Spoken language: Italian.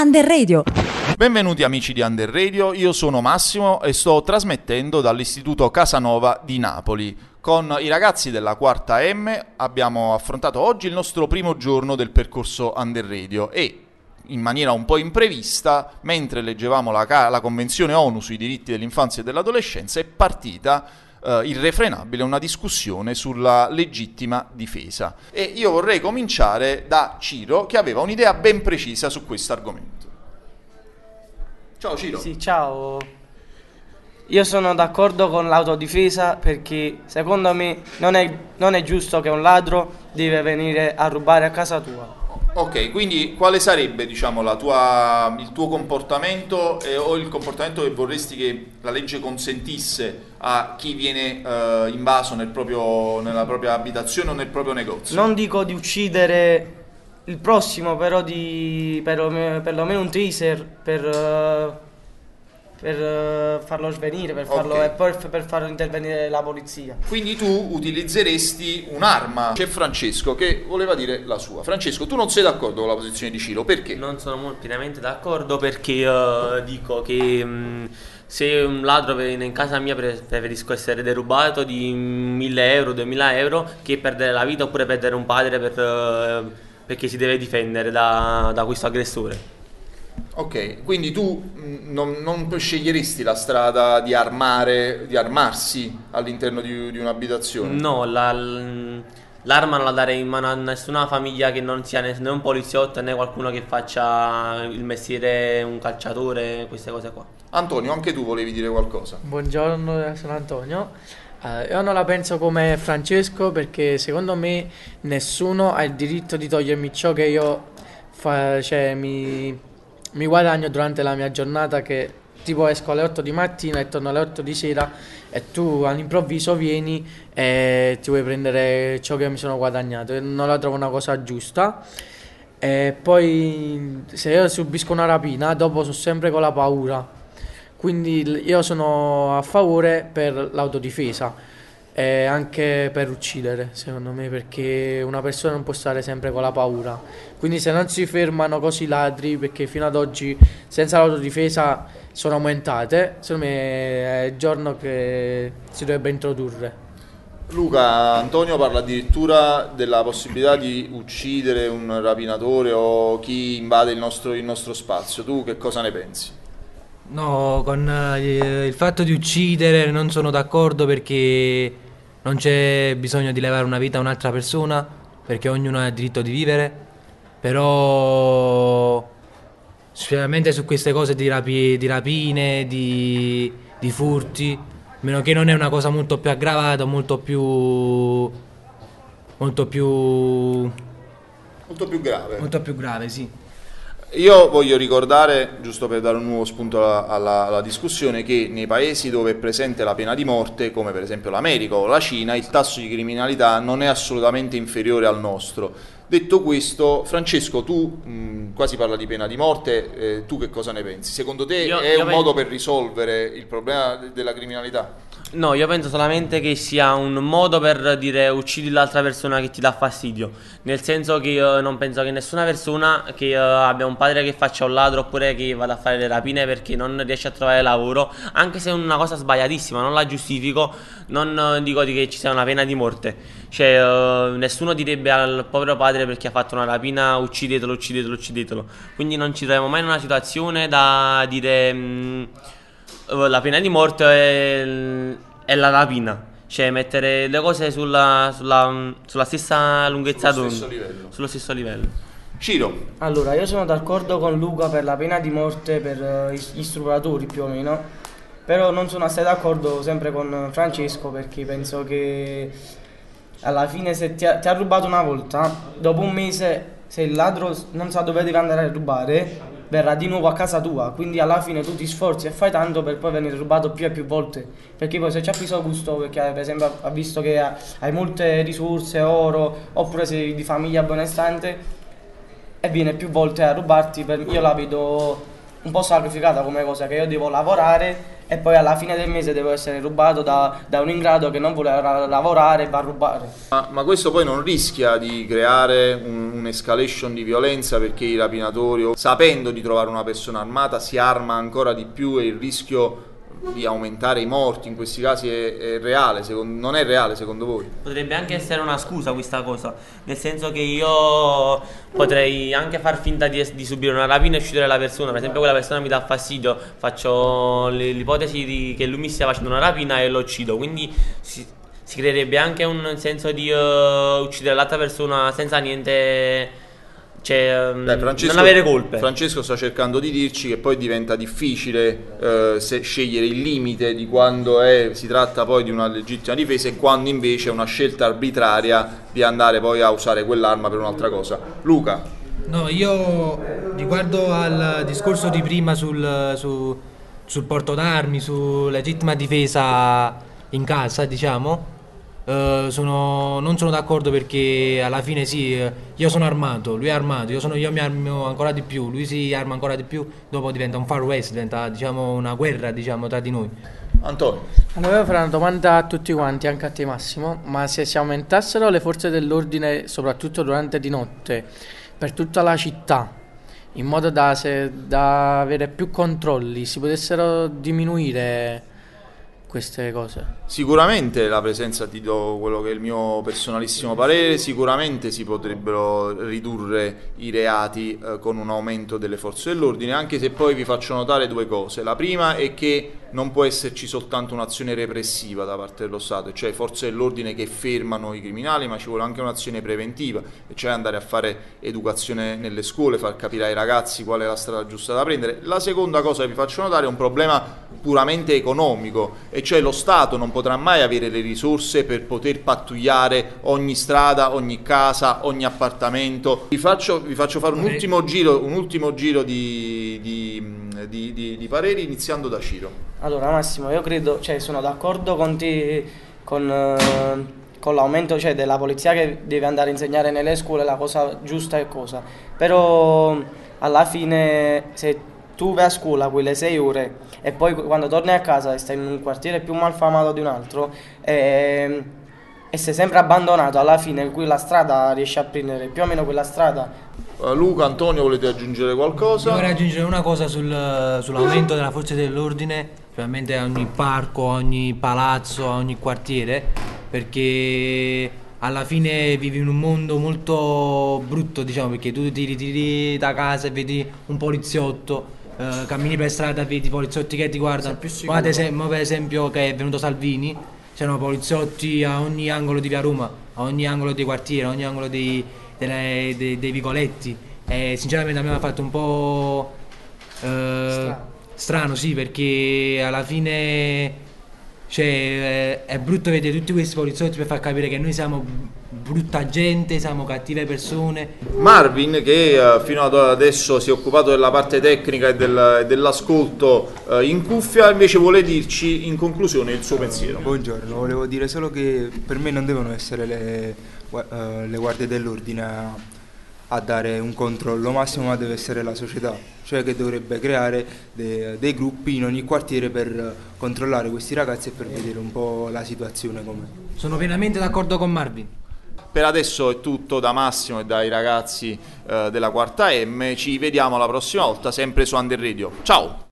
Under Radio. Benvenuti amici di Under Radio, io sono Massimo e sto trasmettendo dall'Istituto Casanova di Napoli. Con i ragazzi della quarta M abbiamo affrontato oggi il nostro primo giorno del percorso Under Radio e in maniera un po' imprevista, mentre leggevamo la Convenzione ONU sui diritti dell'infanzia e dell'adolescenza, è partita irrefrenabile una discussione sulla legittima difesa. E io vorrei cominciare da Ciro, che aveva un'idea ben precisa su questo argomento. Ciao Ciro. Sì, ciao. Io sono d'accordo con l'autodifesa perché secondo me non è giusto che un ladro deve venire a rubare a casa tua. Ok, quindi quale sarebbe, diciamo, il tuo comportamento o il comportamento che vorresti che la legge consentisse a chi viene invaso nella propria abitazione o nel proprio negozio? Non dico di uccidere il prossimo, però perlomeno un taser per farlo svenire, per farlo, Ok. e poi per farlo intervenire la polizia. Quindi tu utilizzeresti un'arma. C'è Francesco che voleva dire la sua. Francesco, tu non sei d'accordo con la posizione di Ciro, perché? Non sono pienamente d'accordo perché dico che se un ladro viene in casa mia preferisco essere derubato di 1.000 euro, 2.000 euro che perdere la vita oppure perdere un padre perché si deve difendere da questo aggressore. Ok, quindi tu non sceglieresti la strada di armarsi all'interno di un'abitazione? No, l'arma non la darei in mano a nessuna famiglia che non sia né un poliziotto né qualcuno che faccia il mestiere, un calciatore, queste cose qua. Antonio, anche tu volevi dire qualcosa? Buongiorno, sono Antonio. Io non la penso come Francesco perché secondo me nessuno ha il diritto di togliermi ciò che io mi guadagno durante la mia giornata, che tipo esco alle 8 di mattina e torno alle 8 di sera e tu all'improvviso vieni e ti vuoi prendere ciò che mi sono guadagnato. E non la trovo una cosa giusta. E poi se io subisco una rapina dopo sono sempre con la paura. Quindi io sono a favore per l'autodifesa e anche per uccidere, secondo me, perché una persona non può stare sempre con la paura. Quindi se non si fermano così i ladri, perché fino ad oggi senza l'autodifesa sono aumentate, secondo me è il giorno che si dovrebbe introdurre. Luca, Antonio parla addirittura della possibilità di uccidere un rapinatore o chi invade il nostro spazio. Tu che cosa ne pensi? No, con il fatto di uccidere non sono d'accordo perché non c'è bisogno di levare una vita a un'altra persona, perché ognuno ha il diritto di vivere, però specialmente su queste cose di rapine, di furti, a meno che non è una cosa molto più aggravata, molto più grave. molto più grave, sì. Io voglio ricordare, giusto per dare un nuovo spunto alla discussione, che nei paesi dove è presente la pena di morte, come per esempio l'America o la Cina, il tasso di criminalità non è assolutamente inferiore al nostro. Detto questo, Francesco, tu quasi parla di pena di morte, tu che cosa ne pensi? Secondo te è un modo per risolvere il problema della criminalità? No, io penso solamente che sia un modo per dire uccidi l'altra persona che ti dà fastidio. Nel senso che io non penso che nessuna persona che abbia un padre che faccia un ladro oppure che vada a fare le rapine perché non riesce a trovare lavoro, anche se è una cosa sbagliatissima, non la giustifico, non dico che ci sia una pena di morte. Cioè nessuno direbbe al povero padre perché ha fatto una rapina uccidetelo, uccidetelo, uccidetelo. Quindi non ci troviamo mai in una situazione da dire la pena di morte è la rapina, cioè mettere le cose sulla stessa lunghezza d'onda, sullo stesso livello. Ciro, Allora, io sono d'accordo con Luca per la pena di morte per gli stupratori più o meno, però non sono assai d'accordo sempre con Francesco perché penso che alla fine se ti ha rubato una volta, dopo un mese se il ladro non sa dove deve andare a rubare verrà di nuovo a casa tua, quindi alla fine tu ti sforzi e fai tanto per poi venire rubato più e più volte, perché poi se ci ha preso gusto, perché per esempio ha visto che hai molte risorse, oro, oppure sei di famiglia benestante e viene più volte a rubarti, io la vedo un po' sacrificata come cosa, che io devo lavorare e poi alla fine del mese devo essere rubato da un ingrato che non vuole lavorare e va a rubare. Ma questo poi non rischia di creare un'escalation di violenza, perché i rapinatori, sapendo di trovare una persona armata, si arma ancora di più e il rischio di aumentare i morti in questi casi è reale, non è reale secondo voi? Potrebbe anche essere una scusa questa cosa, nel senso che io potrei anche far finta di subire una rapina e uccidere la persona. Per esempio, quella persona mi dà fastidio, faccio l'ipotesi che lui mi stia facendo una rapina e lo uccido, quindi si creerebbe anche un senso di uccidere l'altra persona senza niente, cioè non avere colpe. Francesco sta cercando di dirci che poi diventa difficile scegliere il limite di quando si tratta poi di una legittima difesa e quando invece è una scelta arbitraria di andare poi a usare quell'arma per un'altra cosa. Luca? No, io riguardo al discorso di prima sul porto d'armi, su legittima difesa in casa, diciamo, non sono d'accordo, perché alla fine sì, io sono armato, lui è armato, io mi armo ancora di più, lui si arma ancora di più, dopo diventa un far west, diventa, diciamo, una guerra, diciamo, tra di noi. Antonio? Allora io farò una domanda a tutti quanti, anche a te Massimo, ma se si aumentassero le forze dell'ordine, soprattutto durante di notte, per tutta la città, in modo da avere più controlli, si potessero diminuire queste cose? Sicuramente la presenza, ti do quello che è il mio personalissimo parere, sicuramente si potrebbero ridurre i reati con un aumento delle forze dell'ordine, anche se poi vi faccio notare due cose. La prima è che non può esserci soltanto un'azione repressiva da parte dello Stato, cioè forze dell'ordine che fermano i criminali, ma ci vuole anche un'azione preventiva, e cioè andare a fare educazione nelle scuole, far capire ai ragazzi qual è la strada giusta da prendere. La seconda cosa che vi faccio notare è un problema puramente economico, e cioè lo Stato non potrà mai avere le risorse per poter pattugliare ogni strada, ogni casa, ogni appartamento. Vi faccio fare un ultimo giro di pareri, iniziando da Ciro. Allora Massimo, io credo, cioè sono d'accordo con te con l'aumento, cioè, della polizia che deve andare a insegnare nelle scuole la cosa giusta e cosa. Però alla fine se tu vai a scuola quelle 6 ore e poi quando torni a casa e stai in un quartiere più malfamato di un altro e sei sempre abbandonato, alla fine quella strada riesci a prendere più o meno quella strada. Luca, Antonio, volete aggiungere qualcosa? Io vorrei aggiungere una cosa sull'aumento della forza dell'ordine, ovviamente a ogni parco, a ogni palazzo, a ogni quartiere, perché alla fine vivi in un mondo molto brutto, diciamo, perché tu ti ritiri da casa e vedi un poliziotto, cammini per strada e vedi poliziotti che ti guardano. Guarda, per esempio, che è venuto Salvini, c'erano poliziotti a ogni angolo di via Roma, a ogni angolo dei quartieri, a ogni angolo dei vicoletti, e sinceramente a me mi ha fatto un po' strano, sì, perché alla fine, cioè, è brutto vedere tutti questi poliziotti per far capire che noi siamo brutta gente, siamo cattive persone. Marvin, che fino ad adesso si è occupato della parte tecnica e dell'ascolto in cuffia, invece vuole dirci in conclusione il suo pensiero. Buongiorno, volevo dire solo che per me non devono essere le guardie dell'ordine a dare un controllo massimo, ma deve essere la società, cioè che dovrebbe creare dei gruppi in ogni quartiere per controllare questi ragazzi e per vedere un po' la situazione com'è. Sono pienamente d'accordo con Marvin. Per adesso è tutto da Massimo e dai ragazzi della quarta M, ci vediamo la prossima volta sempre su Under Radio. Ciao!